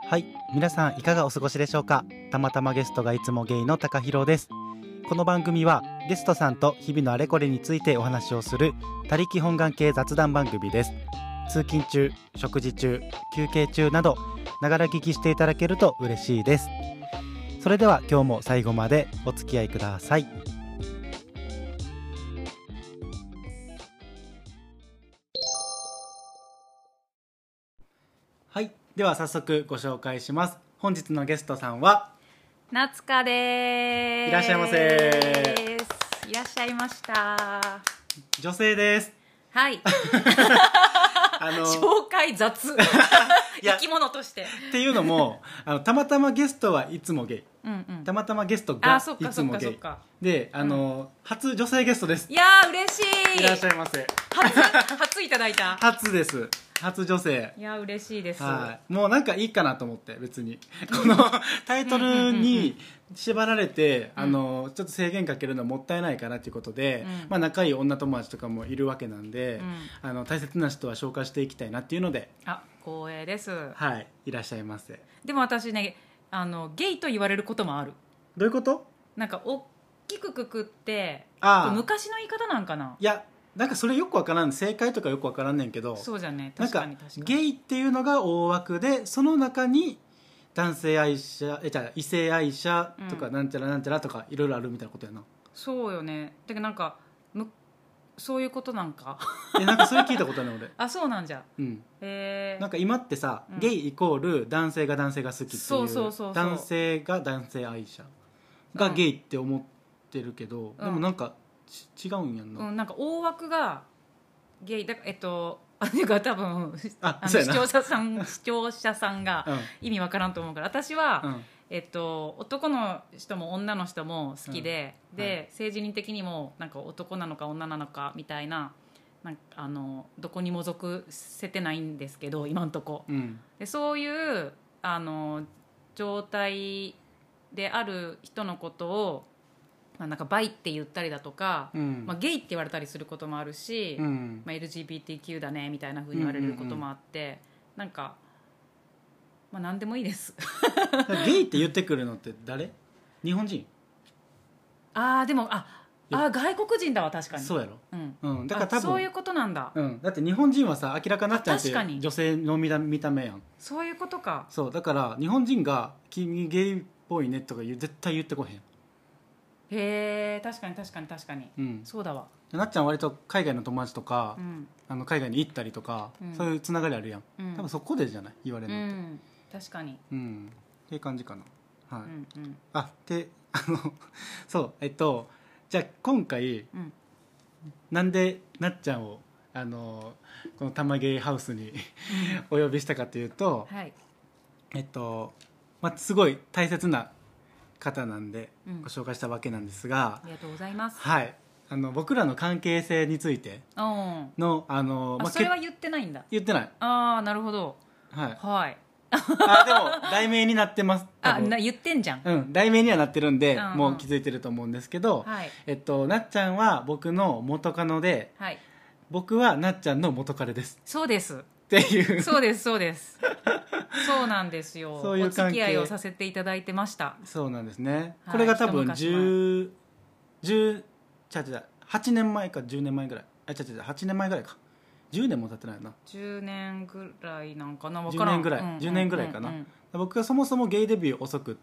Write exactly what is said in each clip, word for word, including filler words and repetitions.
はい、皆さんいかがお過ごしでしょうか。たまたまゲストがいつもゲイの高弘です。この番組はゲストさんと日々のあれこれについてお話をする他力本願系雑談番組です。通勤中、食事中、休憩中などながら聞きしていただけると嬉しいです。それでは今日も最後までお付き合いください。はい、では早速ご紹介します。本日のゲストさんは夏香です。 いらっしゃいませ。 いらっしゃいました。 女性です。 はい。あの紹介雑生き物としてっていうのもあのたまたまゲストはいつもゲイ、 うんうん、 たまたまゲストがいつもゲイで、あの、うん、初女性ゲストです。 いやー嬉しい。 いらっしゃいませ。 初初いただいた。 初です。初女性。 いや嬉しいです。 はい、もうなんかいいかなと思って、別にこのタイトルに縛られて、あのちょっと制限かけるのはもったいないかなということで、うん、まあ、仲いい女友達とかもいるわけなんで、うん、あの大切な人は紹介していきたいなっていうので。 あ、光栄です。 はい、いらっしゃいませ。 でも私ね、あのゲイと言われることもある。 どういうこと？ なんか大きくくくって、 あ、 昔の言い方なんかな。 いや、なんかそれよくわからん、正解とかよくわからんねんけど、 そうじゃね、確かに確かに。 ゲイっていうのが大枠で、その中に男性愛者、えじゃあ異性愛者とかなんちゃらなんちゃらとかいろいろあるみたいなことやな。 そうよね。だけどなんかむそういうことなんかえ、なんかそれ聞いたことない俺。 あ、そうなんじゃ。 うん。 へえ。 なんか今ってさ、うん、ゲイイコール男性が男性が好きっていう、そうそうそうそう、男性が男性愛者がゲイって思ってるけど、うん、でもなんか違うんやんな。 うん、なんか大枠がゲイだから、えっとあれが多分ああの視聴者さん視聴者さんが意味わからんと思うから、私は、うん、えっと、男の人も女の人も好きで、うん、で、はい、性自認的にもなんか男なのか女なのかみたいな、なんかあのどこにも属せてないんですけど今んとこ、うん、でそういうあの状態である人のことを、まあ、なんかバイって言ったりだとか、うん、まあ、ゲイって言われたりすることもあるし、うん、まあ、エルジービーティーキュー だねみたいな風に言われることもあって、うんうんうん、なんか、まあ、何でもいいですゲイって言ってくるのって誰？日本人？ ああ、でもああ、外国人だわ。確かにそうやろ、 うんうん、だから多分そういうことなんだ、 うん、だって日本人はさ、明らかになっちゃうって女性の見た、見た目やん。 そういうことか。 そうだから日本人が君ゲイっぽいねとか言う絶対言ってこへん。 へえ、確かに確かに確かに、うん、そうだわ。 なっちゃん割と海外の友達とか、うん、あの海外に行ったりとか、うん、そういうつながりあるやん、うん、多分そこでじゃない言われるのって、うん、 確かに、 うん、っていう感じかな。はい、 うんうん、 あであのそうえっとじゃあ今回、うん、なんでなっちゃんをあのこの玉ゲイハウスにお呼びしたかというと、はい、えっと、まあ、すごい大切な方なんでご紹介したわけなんですが、 うん、ありがとうございます。 はい、あの僕らの関係性についてのあの、 まあ、それは言ってないんだ。 言ってない。 ああ、なるほど。 はい、 はい、 あでも題名になってます。 あ、な言ってんじゃん。 うん、題名にはなってるんで、うんうん、もう気づいてると思うんですけど、はい、えっと、なっちゃんは僕の元カノで、はい、僕はなっちゃんの元彼です。 そうですっていう。 そうですそうですそうなんですよ。そういう関係、お付き合いをさせていただいてました。 そうなんですね、はい、これが多分じゅう、じゅう、ちゃうちゃうはちねんまえかじゅうねんまえぐらい、あ、ちゃうちゃうはちねんまえぐらいか、じゅうねんも経ってないな。 じゅうねんぐらいなんかな、分からん。じゅうねんぐらい、うんうん、じゅうねんぐらいかな、うんうん、僕はそもそもゲイデビュー遅くって、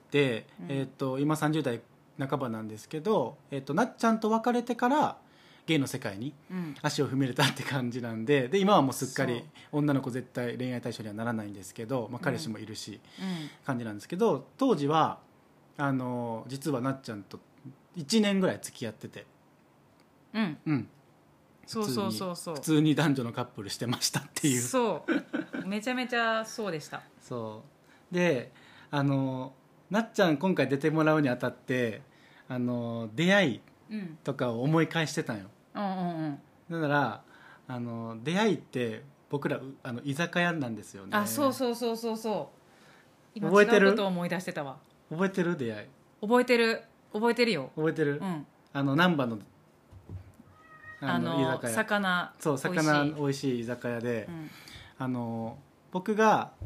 うん、えー、と今さんじゅう代半ばなんですけど、えー、となっちゃんと別れてからゲイの世界に足を踏み入れたって感じなんで、で今はもうすっかり女の子絶対恋愛対象にはならないんですけど、まあ、彼氏もいるし、うん、感じなんですけど、当時はあの実はなっちゃんといちねんぐらい付き合ってて、 うんうんそうそうそうそう、 普通に男女のカップルしてましたっていう。 そうめちゃめちゃそうでした。 そうで、あのなっちゃん今回出てもらうにあたってあの出会いとかを思い返してたんよ、うんうんうん、だからあの出会いって僕らあの居酒屋なんですよね。 あ、そうそうそうそうそう、今違うことを思い出してたわ。 覚えてる？出会い覚えてる覚えてるよ。 覚えてる、うん、あの難波のあの居酒屋、魚そう魚おいしい居酒屋で、うん、あの僕が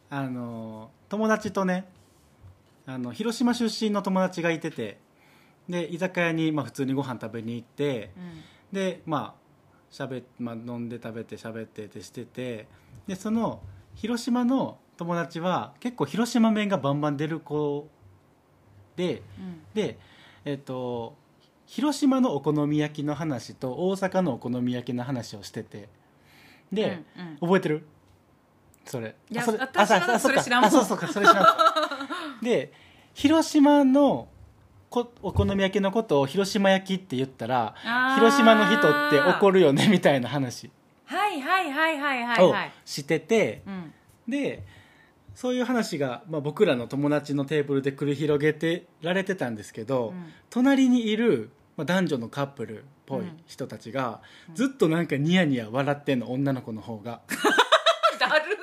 あの友達とねあの広島出身の友達がいてて、で居酒屋にまあ普通にご飯食べに行って、うん、でまあしゃべ、まあ、飲んで食べて喋ってってしてて、でその広島の友達は結構広島弁がバンバン出る子で、うん、でえっと広島のお好み焼きの話と大阪のお好み焼きの話をしてて、で、うんうん、覚えてるそれ。 いやそれ私はそれ知らんもん。 あ、そうそうか、それ知らんで広島のこお好み焼きのことを広島焼きって言ったら広島の人って怒るよねみたいな話はいはいはいはいはいをしてて、うん、でそういう話が、まあ、僕らの友達のテーブルで繰り広げてられてたんですけど、うん、隣にいる、まあ、男女のカップルっぽい人たちが、うん、ずっとなんかニヤニヤ笑ってんの、女の子の方がだる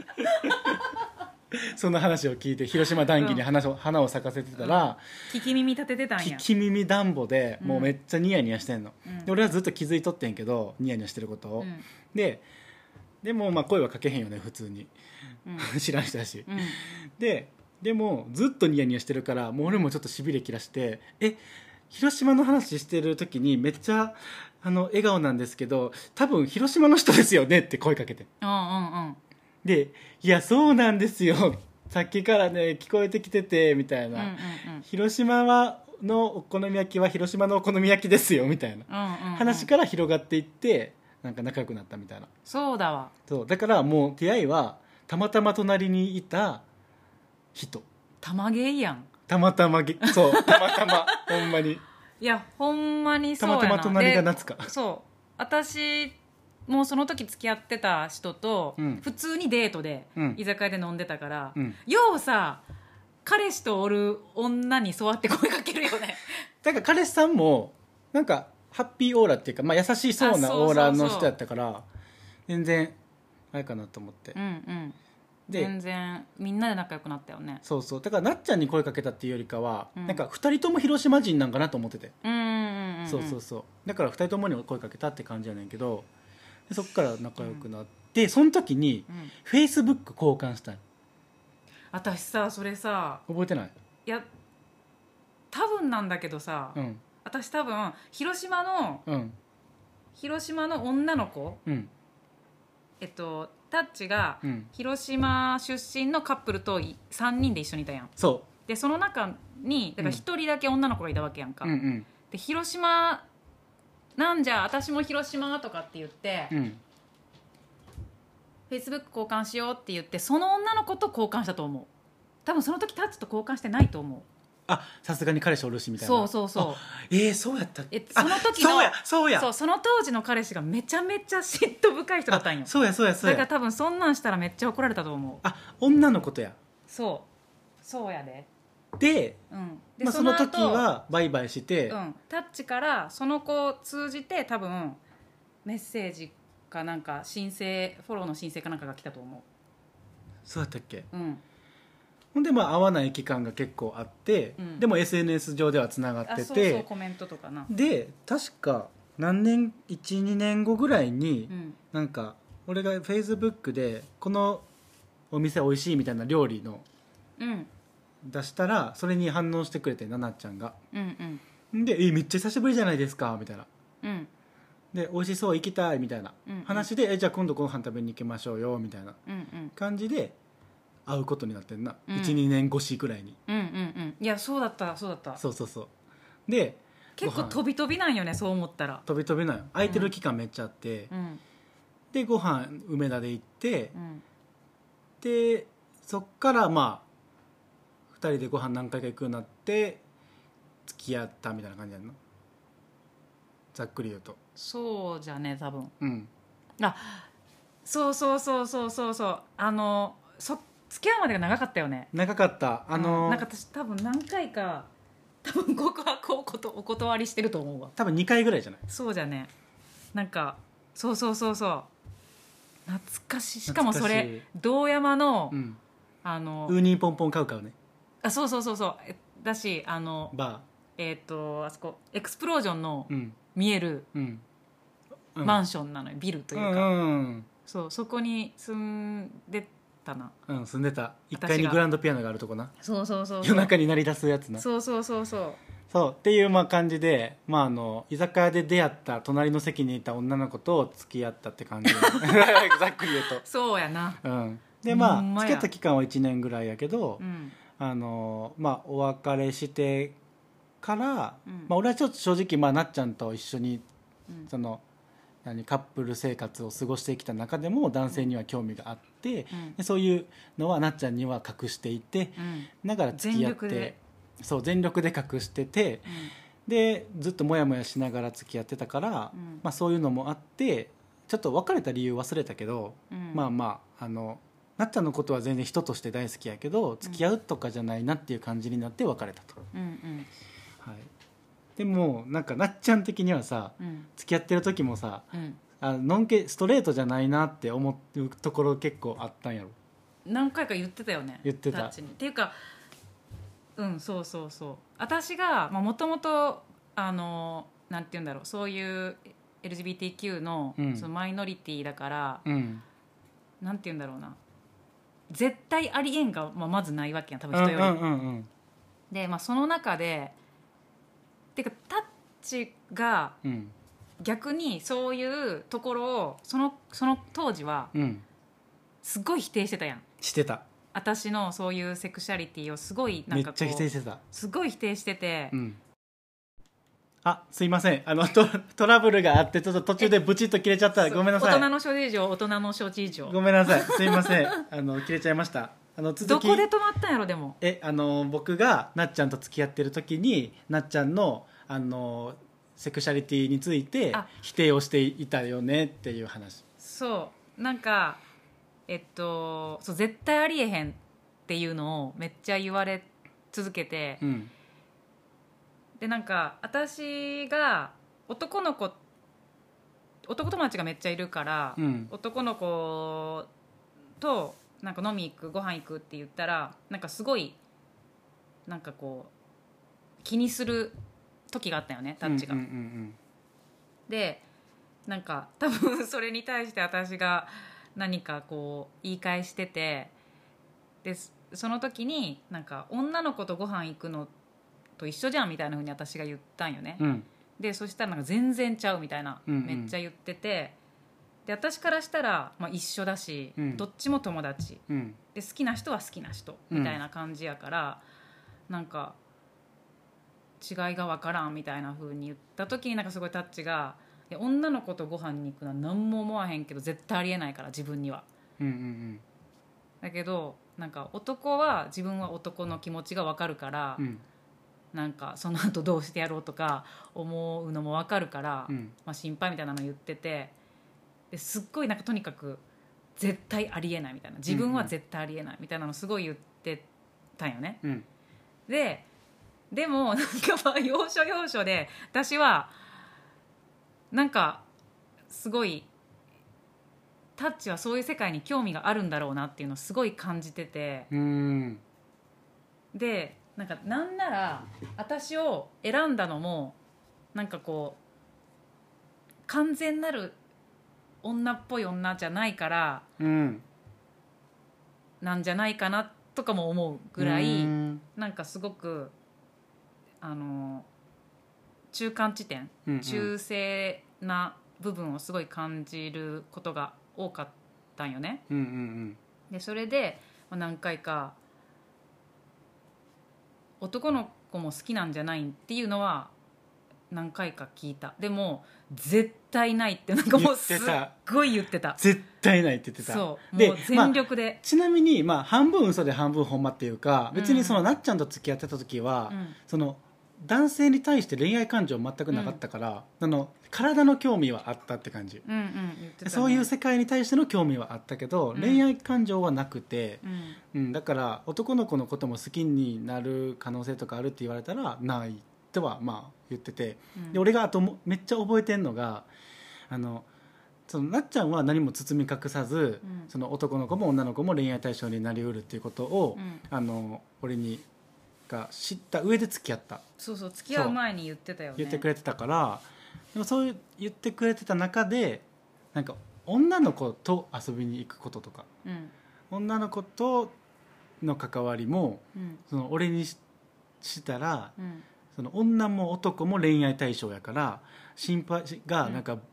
その話を聞いて広島談義に花を、うん、花を咲かせてたら、 うん、聞き耳立ててたんや。 聞き耳暖房でもうめっちゃニヤニヤしてんの、うん、で俺はずっと気づいとってんけどニヤニヤしてることを、うん、ででもまあ声はかけへんよね普通に、うん、知らん人だし、うん、ででもずっとニヤニヤしてるからもう俺もちょっとしびれ切らして、え広島の話してる時にめっちゃあの笑顔なんですけど多分広島の人ですよねって声かけて、 うんうんうん、 でいやそうなんですよさっきからね聞こえてきててみたいな、うんうんうん、広島はのお好み焼きは広島のお好み焼きですよみたいな、うんうんうん、話から広がっていってなんか仲良くなったみたいな。 そうだわ。 そうだからもう出会いはたまたま隣にいた人。 たまげいやん。 たまたまげそうたまたまほんまにいやほんまにそうやな。 たまたま隣が夏か。 そう私もうその時付き合ってた人と、うん、普通にデートで、うん、居酒屋で飲んでたから、うん、ようさ彼氏とおる女にそうやって声かけるよねだから彼氏さんもなんかハッピーオーラっていうか、まあ、優しそうなオーラの人やったから全然あれかなと思って、 うんうん、で全然みんなで仲良くなったよね。 そうそうだからなっちゃんに声かけたっていうよりかは、うん、なんかふたりとも広島人なんかなと思ってて、 うんうんうんうん、 そうそうそうだからふたりともに声かけたって感じやねんけど、でそっから仲良くなって、うん、その時にフェイスブック交換したい。 私さそれさ覚えてない？ いや多分なんだけどさ、うん、私多分広島の、うん、広島の女の子、うん、えっとタッチが広島出身のカップルとさんにんで一緒にいたやん。 そうでその中にだからひとりだけ女の子がいたわけやんか、うんうん、で広島なんじゃ私も広島とかって言って、うん、フェイスブック交換しようって言ってその女の子と交換したと思う。多分その時タッチと交換してないと思う。 あさすがに彼氏おるしみたいな。 そうそうそうえー、そうやったっけ。 えその時のそうやそうやそうその当時の彼氏がめちゃめちゃ嫉妬深い人だったんよ。 そうやそうやそうや。 だから多分そんなんしたらめっちゃ怒られたと思う。 あ女のことや。 そうそうやで。 で、うんでまあ、その時はバイバイして、 うん、タッチからその子を通じて多分メッセージかなんか申請フォローの申請かなんかが来たと思う。 そうやったっけ。 うんほんでまあ会わない期間が結構あって、うん、でも エスエヌエス 上ではつながってて、そうそうコメントとかな。 で確か何年 いちにねんごぐらいに、うん、なんか俺が Facebook でこのお店おいしいみたいな料理の、うん出したらそれに反応してくれてななちゃんが、うんうん、でえめっちゃ久しぶりじゃないですかみたいな、うん、で美味しそう行きたいみたいな話で、うんうん、えじゃあ今度ご飯食べに行きましょうよみたいな感じで会うことになってんな、うん、いちにねん越しぐらいに、 うんうんうん、いやそうだったそうだったそうそうそうで結構飛び飛びなんよねそう思ったら飛び飛びなんよ空いてる期間めっちゃあって、うん、でご飯梅田で行って、うん、でそっからまあふたりでご飯何回か行くようになって付き合ったみたいな感じやんのざっくり言うと。 そうじゃね多分、うん、あそうそうそうそうそうそうあのそ付き合うまでが長かったよね。 長かったあのーうん、なんか私多分何回か多分告白をことお断りしてると思うわ。 多分にかいぐらいじゃない。 そうじゃねなんかそうそうそうそう懐かしい。しかもそれ堂山の、うん、あのウーニーポンポンカウカウね。 あそうそうそうそうだしあのバーえっ、ー、とあそこエクスプロージョンの見えるマンションなのよ、ビルというか、うんうん、そうそこに住んでたな。 うん住んでた。いっかいにグランドピアノがあるとこな。 そうそうそうそう、 夜中に鳴り出すやつな。 そうそうそうそうそうっていうまあ感じで、まあ、あの居酒屋で出会った隣の席にいた女の子と付き合ったって感じざっくり言うとそうやな、 うん、でまあほんまや付き合った期間はいちねんぐらいやけど、 うん、 あのまあ、お別れしてから、 うんまあ、俺はちょっと正直、まあ、なっちゃんと一緒に、 うん、 その何カップル生活を過ごしてきた中でも男性には興味があって、うん、でそういうのはなっちゃんには隠していて、うん、だから付き合ってそう全力で隠してて、うん、でずっとモヤモヤしながら付き合ってたから、うんまあ、そういうのもあってちょっと別れた理由忘れたけど、うん、まあまああのなっちゃんのことは全然人として大好きやけど付き合うとかじゃないなっていう感じになって別れたと、うんうんはい、でもなんかなっちゃん的にはさ、うん、付き合ってる時もさ、うん、あのんけストレートじゃないなって思うところ結構あったんやろ。 何回か言ってたよね。 言ってたっていうかうんそうそうそう私がもともとあのなんて言うんだろうそういう エルジービーティーキュー の,、うん、そのマイノリティだから、うん、なんて言うんだろうな絶対ありえんが、まあ、まずないわけや多分人より、うんうんうんうん、で、まあ、その中でてかタッチが逆にそういうところをその、その当時はすごい否定してたやん。 してた。 私のそういうセクシャリティをすごいなんかこうめっちゃ否定してた。 すごい否定してて、うん、 あすいませんあの ト, トラブルがあってちょっと途中でブチッと切れちゃったらごめんなさい。 大人の諸事情大人の諸事情ごめんなさいすいませんあの切れちゃいました。あの続きどこで止まったんやろ。でもえあの僕がなっちゃんと付き合ってる時になっちゃんのあのセクシャリティについて否定をしていたよねっていう話。 そうなんかえっとそう絶対ありえへんっていうのをめっちゃ言われ続けて、うん、でなんか私が男の子男友達がめっちゃいるから、うん、男の子となんか飲み行くご飯行くって言ったらなんかすごいなんかこう気にする時があったよねタッチが、うんうんうんうん、でなんか多分それに対して私が何かこう言い返しててでその時になんか女の子とご飯行くのと一緒じゃんみたいな風に私が言ったんよね、うん、でそしたらなんか全然ちゃうみたいな、うんうん、めっちゃ言っててで私からしたら、まあ、一緒だし、うん、どっちも友達、うん、で好きな人は好きな人みたいな感じやから、うん、なんか違いが分からんみたいな風に言った時になんかすごいタッチが女の子とご飯に行くのは何も思わへんけど絶対ありえないから自分には、うんうんうん、だけどなんか男は自分は男の気持ちが分かるから、うん、なんかその後どうしてやろうとか思うのも分かるから、うんまあ、心配みたいなの言っててですっごいなんかとにかく絶対ありえないみたいな自分は絶対ありえないみたいなのすごい言ってたんよね、うん、ででもなんかまあ要所要所で私はなんかすごいタッチはそういう世界に興味があるんだろうなっていうのをすごい感じててうんでなんかなんなら私を選んだのもなんかこう完全なる女っぽい女じゃないから、うん、なんじゃないかなとかも思うぐらいんなんかすごくあの中間地点、うんうん、中性な部分をすごい感じることが多かったんよね、うんうんうん、でそれで何回か男の子も好きなんじゃないっていうのは何回か聞いた。でも絶対ないってなんかもうすっごい言ってた。 絶対ないって言ってた。 そうもう全力で、 まあ、ちなみに、まあ、半分嘘で半分ほんまっていうか別にそのなっちゃんと付き合ってた時は、うん、その男性に対して恋愛感情全くなかったから、うん、あの体の興味はあったって感じ、うんうん言ってたね、そういう世界に対しての興味はあったけど、うん、恋愛感情はなくて、うんうん、だから男の子のことも好きになる可能性とかあるって言われたらないとはまあ言ってて、うん、で俺があとめっちゃ覚えてんのがあのそのなっちゃんは何も包み隠さず、うん、その男の子も女の子も恋愛対象になりうるっていうことを、うん、あの俺にが知った上で付き合った。 そうそう付き合う前に言ってたよね。 言ってくれてたからでもそういう言ってくれてた中でなんか女の子と遊びに行くこととか女の子との関わりも、 うん、 その俺に し, したら、 うん、 その女も男も恋愛対象やから心配がなんか、うん、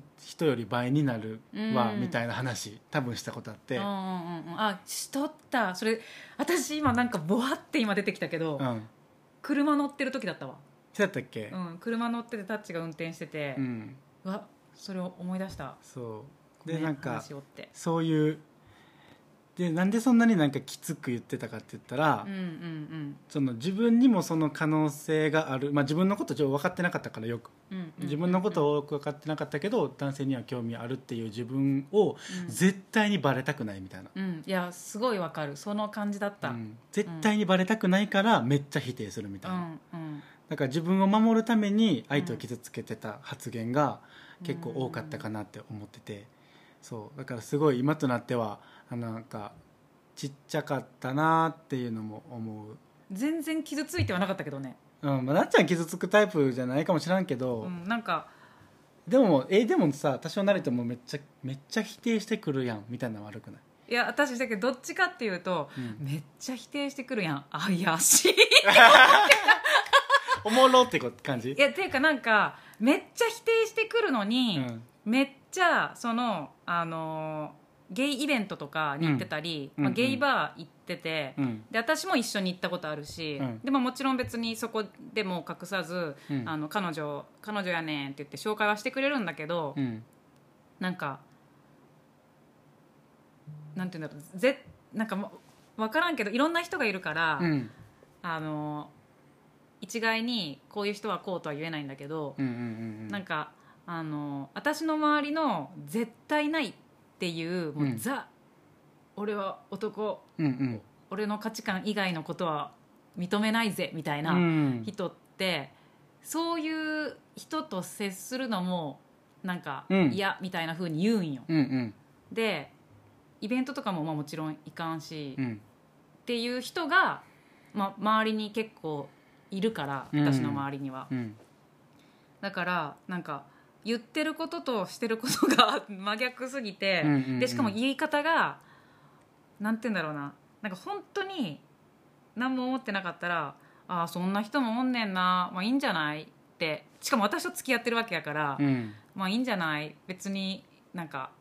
人より倍になるわ、うん、みたいな話多分したことあって、 うんうんうん、あしとったそれ私今なんかボワって今出てきたけど、うん、車乗ってる時だったわ。 そうだったっけ、 うん、車乗っててタッチが運転してて、うん、わそれを思い出した。 そうでなんかそういうでなんでそんなになんかきつく言ってたかって言ったら、うんうんうん、その自分にもその可能性がある、まあ、自分のこと分かってなかったからよく、うんうんうんうん、自分のことをよく分かってなかったけど男性には興味あるっていう自分を絶対にバレたくないみたいな、 うんうん、いやすごい分かるその感じだった、うん、 絶対にバレたくないからめっちゃ否定するみたいな、うんうん、だから自分を守るために相手を傷つけてた発言が結構多かったかなって思ってて、そうだからすごい今となってはなんかちっちゃかったなっていうのも思う。 全然傷ついてはなかったけどね、 うんまあ、なっちゃん傷つくタイプじゃないかもしらんけど、 うん、なんかでもえでもさ多少なりともめっちゃめっちゃ否定してくるやんみたいなの悪くない？ いや私だけどどっちかっていうと、うん、めっちゃ否定してくるやん怪しいおもろって感じ？ いやていうかなんかめっちゃ否定してくるのに、うん、めっちゃそのあのーゲイイベントとかに行ってたり、うんまあ、ゲイバー行ってて、うん、で私も一緒に行ったことあるし、うん、でももちろん別にそこでも隠さず、うん、あの彼女彼女やねんって言って紹介はしてくれるんだけど、うん、なんかなんていうんだろうぜなんか分からんけどいろんな人がいるから、うん、あの一概にこういう人はこうとは言えないんだけど、うんうんうんうん、なんかあの私の周りの絶対ないっていうもう、うん、ザ俺は男、うんうん、俺の価値観以外のことは認めないぜみたいな人って、うん、そういう人と接するのもなんか嫌みたいな風に言うんよ、うんうん、でイベントとかもまあもちろん行かんし、うん、っていう人が、ま、周りに結構いるから私の周りには、うんうん、だからなんか言ってることとしてることが真逆すぎて、うんうんうん、でしかも言い方がなんて言うんだろうな、なんか本当に何も思ってなかったらああそんな人もおんねんな、まあいいんじゃないって、しかも私と付き合ってるわけやから、うん、まあいいんじゃない別になんか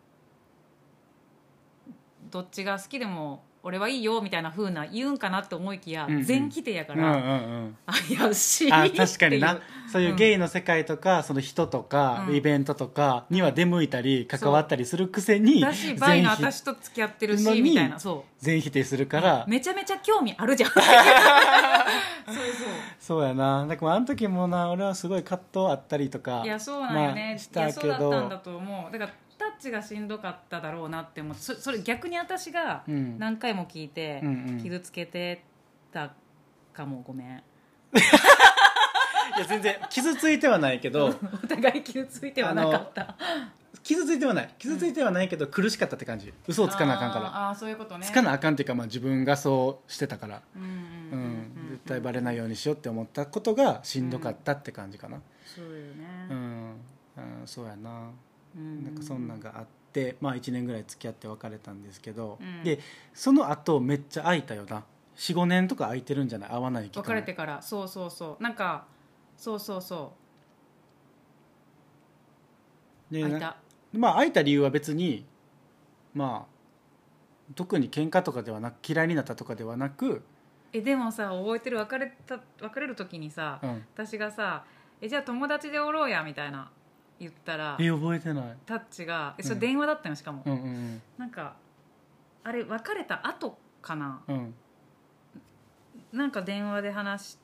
どっちが好きでも俺はいいよみたいな風な言うんかなって思いきや、うんうん、全否定やから、うんうんうん、怪しい。 あ確かにな、そういうゲイの世界とか、うん、その人とか、うん、イベントとかには出向いたり関わったりするくせに、 だしバイの私と付き合ってるしみたいな、そう全否定するから、 うん、めちゃめちゃ興味あるじゃんそうそうそうやな。だからあの時もな俺はすごい葛藤あったりとか、 いやそうなんよね、まあ、したけど、いやそうだったんだと思う。だからタッチがしんどかっただろうなって思う。 そ, それ逆に私が何回も聞いて傷つけてたかも、ごめんいや全然傷ついてはないけどお互い傷ついてはなかった。 傷ついてはない傷ついてはないけど苦しかったって感じ。嘘をつかなあかんから。 ああそういうことね。 つかなあかんっていうか、まあ、自分がそうしてたから、うんうんうんうん、絶対バレないようにしようって思ったことがしんどかったって感じかな、うん、 そうよね、 うん、うん、そうやな。なんかそんなんがあって、まあ、いちねんぐらい付き合って別れたんですけど、うん、でその後めっちゃ空いたよな。 よんごねんとか空いてるんじゃない？会わない期間別れてから。そうそうそうなんかそうそうそう空いた。 まあ空いた理由は別にまあ特に喧嘩とかではなく嫌いになったとかではなく、 えでもさ覚えてる？別れた別れる時にさ、うん、私がさえじゃあ友達でおろうやみたいな言ったら、 え覚えてない。 タッチがえそれ電話だったのしかも、 うんうんうん、 なんかあれ別れた後かな、 うん、 なんか電話で話して、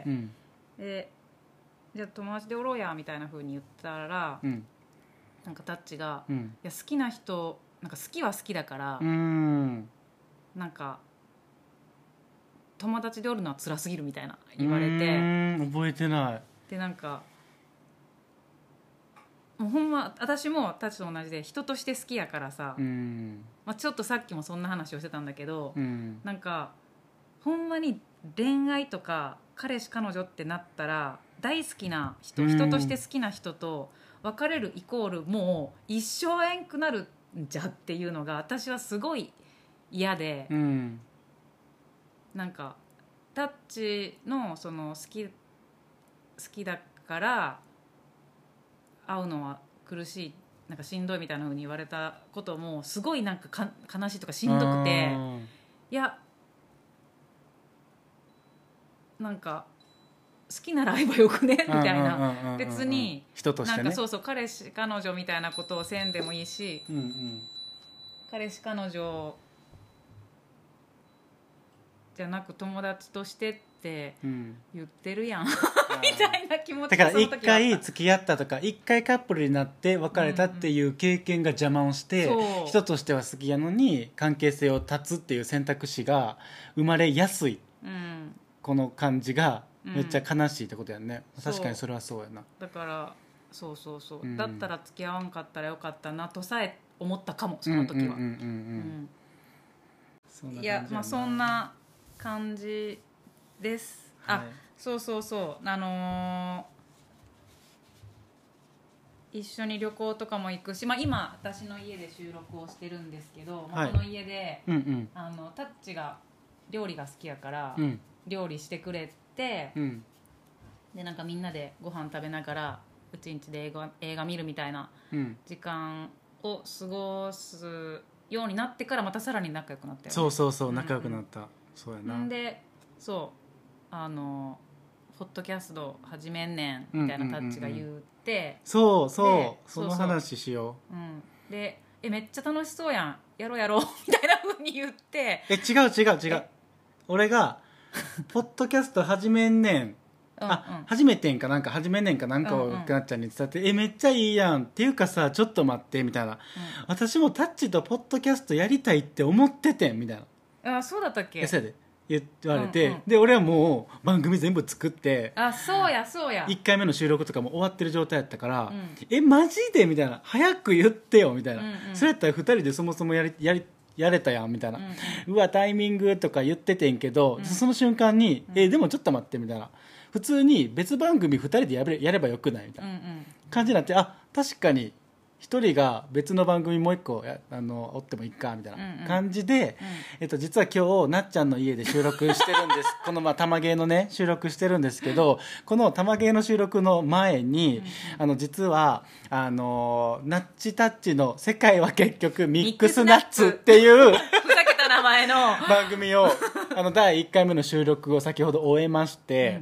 うん、でじゃあ友達でおろうやみたいな風に言ったら、うん、なんかタッチが、うん、いや好きな人なんか好きは好きだから、うん、なんか友達でおるのは辛すぎるみたいな言われて、 うん覚えてない。 でなんかもうほんま私もタッチと同じで人として好きやからさ、うんまあ、ちょっとさっきもそんな話をしてたんだけど、うん、なんかほんまに恋愛とか彼氏彼女ってなったら大好きな人、人として好きな人と別れるイコールもう一生縁くなるんじゃっていうのが私はすごい嫌で、 うん、 なんかタッチのその好き好きだから会うのは苦しい、なんかしんどいみたいな風に言われたこともすごいなんかか悲しいとかしんどくて、いやなんか好きなら会えばよくねみたいな、別に人としてね、 なんかそうそう彼氏彼女みたいなことをせんでもいいし、 うんうん、 彼氏彼女じゃなく友達としてって言ってるやん、うん、みたいな気持ちがだから一回付き合ったとか一回カップルになって別れたっていう経験が邪魔をして、うんうん、人としては好きやのに関係性を断つっていう選択肢が生まれやすい、うん、この感じがめっちゃ悲しいってことやね、うん、確かにそれはそうやな。 だからそうそうそう、うん、だったら付き合わんかったらよかったなとさえ思ったかもその時は。いやまあそんな感じです、はい、あそうそうそうあのー、一緒に旅行とかも行くし、まあ、今私の家で収録をしてるんですけど、はい、まあ、この家で、うんうん、あのタッチが料理が好きやから、うん、料理してくれて、うん、でなんかみんなでご飯食べながらうちんちで映画、映画見るみたいな時間を過ごすようになってからまたさらに仲良くなったよね。 そうそうそう仲良くなった、うんうん、そうやな。 でそうあのポッドキャスト始めんねんみたいなタッチが言って、うんうんうんうん、 そうそうその話しよう、 うん、でえめっちゃ楽しそうやんやろうやろうみたいな風に言ってえ違う違う違う俺がポッドキャスト始めんねんあ、うんうん、初めてんかなんか始めんねんかなんかをなっちゃんに伝って、うんうん、えめっちゃいいやんっていうかさちょっと待ってみたいな、うん、私もタッチとポッドキャストやりたいって思っててんみたいな。あそうだったっけ。 そうやで言われて、うんうん、で俺はもう番組全部作ってあそうやそうやいっかいめの収録とかも終わってる状態やったから、うん、えマジでみたいな早く言ってよみたいな、うんうん、それやったらふたりでそもそもやりやりやれたやんみたいな、うんうん、うわタイミングとか言っててんけど、うん、その瞬間に、うん、えでもちょっと待ってみたいな普通に別番組ふたりでやれ、やればよくないみたいな感じになって、うんうん、あ確かにひとりが別の番組もういっこやあの追ってもいいかみたいな感じで、うんうんえっと、実は今日なっちゃんの家で収録してるんですこのまあ玉芸のね収録してるんですけどこの玉芸の収録の前に、うんうん、あの実はあのナッチタッチの世界は結局ミックスナッツっていう名前の番組をあのだいいっかいめの収録を先ほど終えまして、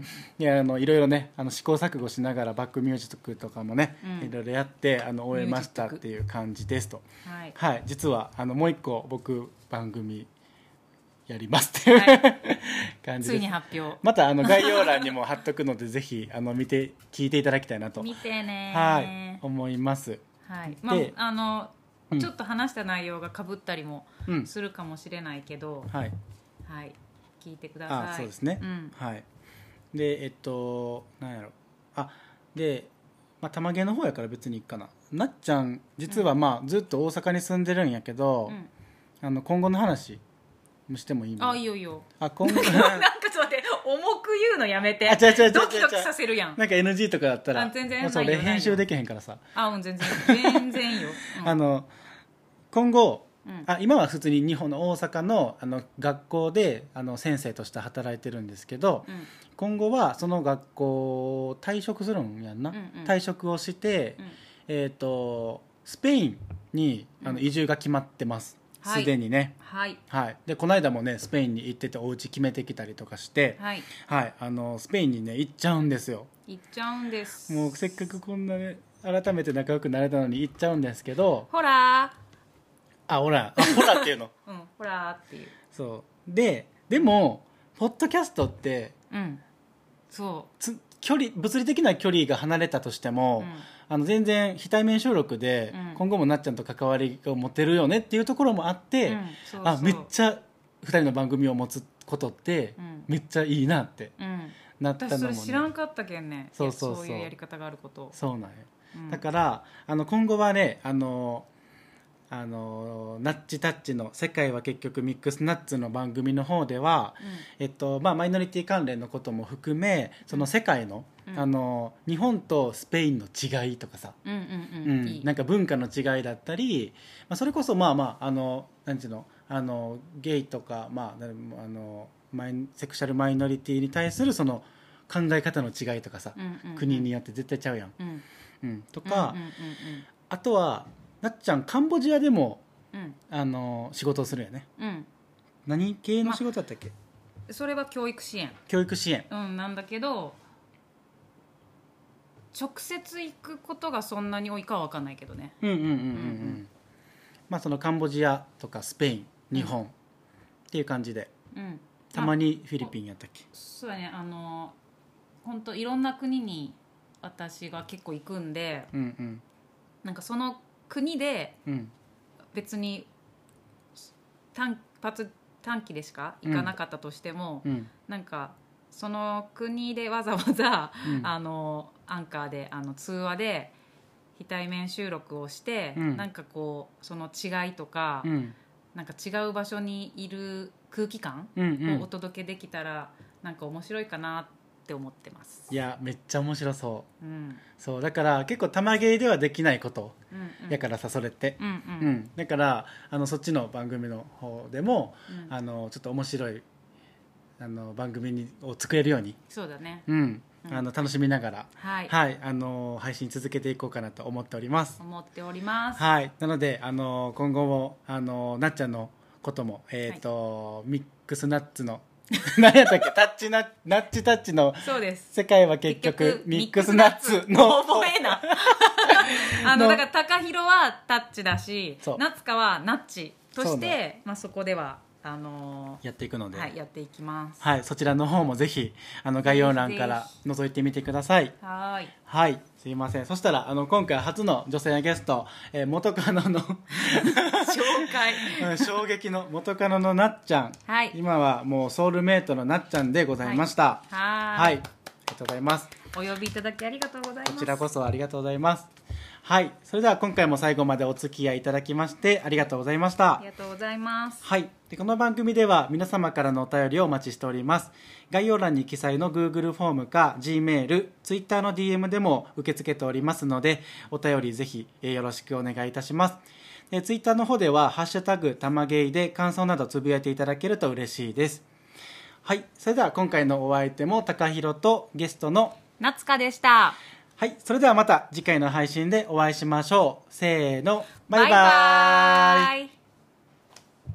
うん、いやあのいろいろねあの試行錯誤しながらバックミュージックとかもね、うん、いろいろやってあの終えましたっていう感じですと、はいはい、実はあのもう一個僕番組やりますっていう、はい、感じです。 ついに発表またあの概要欄にも貼っとくのでぜひあの見て聞いていただきたいなと見てねはい思います、 はいまあ、あのちょっと話した内容が被ったりもするかもしれないけど、うん、はい、はい、聞いてください。 あそうですね、うん、はいでえっとなんやろあで、まあ、玉芸の方やから別にいいかな。なっちゃん実はまあ、うん、ずっと大阪に住んでるんやけど、うん、あの今後の話もしてもいいの？ あいいよいいよ。 あ今後なんかちょっと待って重く言うのやめて。あ違う違う違う違うドキドキさせるやん。 なんか エヌジー とかだったらあ全然それ編集できへんからさ。 あうん全然全然いいよ、 うん、あの今後、うん、あ今は普通に日本の大阪 の, あの学校であの先生として働いてるんですけど、うん、今後はその学校退職するんやんな、うんうん、退職をして、うんえー、とスペインにあの移住が決まってますすで、うん、にね、 はいはい、でこの間もねスペインに行っててお家決めてきたりとかして、はいはい、あのスペインにね行っちゃうんですよ。 行っちゃうんです。 もうせっかくこんなね改めて仲良くなれたのに行っちゃうんですけどほらあほらあほらっていうのうんほらっていうそうででもポッドキャストって、 うん、そうつ距離物理的な距離が離れたとしても、うん、あの全然非対面収録で、うん、今後もなっちゃんと関わりを持てるよねっていうところもあって、うん、そうそうあめっちゃふたりの番組を持つことって、うん、めっちゃいいなって、うん、なったのも、ね、 私それ知らんかったけんね。 そうそうそうそういうやり方があることそうなんよ、うん、だからあの今後はねあのあのナッチタッチの世界は結局ミックスナッツの番組の方では、うんえっとまあ、マイノリティ関連のことも含めその世界の、うん、あの日本とスペインの違いとかさ、うんうんうんうん、なんか文化の違いだったり、まあ、それこそまあまああのなんていうのあのゲイとか、まあ、あのマイセクシャルマイノリティに対するその考え方の違いとかさ、 うんうんうん、 国によって絶対ちゃうやん、 うんうん、とか、 うんうんうんうん、 あとはなっちゃんカンボジアでも、 うん、 あの仕事をするよね、 うん、 何系の仕事だったっけ、 ま、それは教育支援、 教育支援、 うん、なんだけど直接行くことがそんなに多いかは分かんないけどね。 うんうんうんうんうん、うん、まあそのカンボジアとかスペイン、日本、うん、っていう感じで、うん、たまにフィリピンやったっけ。 そうだね、あの本当いろんな国に私が結構行くんで、うんうん、なんかその国で別に単発短期でしか行かなかったとしても、うん、なんかその国でわざわざ、うん、あのアンカーであの通話で非対面収録をして、うん、なんかこうその違いとか、うん、なんか違う場所にいる空気感をお届けできたら、うんうん、なんか面白いかなって思ってます。 いやめっちゃ面白そう、うん、そうだから結構玉芸ではできないこと、うんうん、やからさそれって、うんうんうん、だからあのそっちの番組の方でも、うん、あのちょっと面白いあの番組にを作れるように、 そうだね、 うんうん、あの楽しみながら、 はいはい、あの配信続けていこうかなと思っております思っております、 はい、なのであの今後もあのなっちゃんのことも、えーとはい、ミックスナッツの何やったっけタッチナナッチタッチのそうです世界は結局ミックスナッツの覚えなあのだから高弘はタッチだし夏香はナッチとして、まあ、そこではあのー、 やっていくので、 はい、やっていきます、 はい、そちらの方もぜひあの概要欄から覗いてみてください。 はい、 はい、すいません。そしたらあの今回初の女性ゲスト、えー、元カノの紹介衝撃の元カノのなっちゃん、はい、今はもうソウルメイトのなっちゃんでございました。 はい、 はい、ありがとうございます。 お呼びいただきありがとうございます。 こちらこそありがとうございます。はい、それでは今回も最後までお付き合いいただきましてありがとうございました。 ありがとうございます。 はい、でこの番組では皆様からのお便りをお待ちしております。概要欄に記載の Google フォームか Gmail、Twitter の ディーエム でも受け付けておりますのでお便りぜひよろしくお願いいたします。で Twitter の方ではハッシュタグたまゲイで感想などつぶやいていただけると嬉しいです。はい、それでは今回のお相手も高弘とゲストの夏香でした。 はい、それではまた次回の配信でお会いしましょう。せーの、バイバイ。 バイバイ。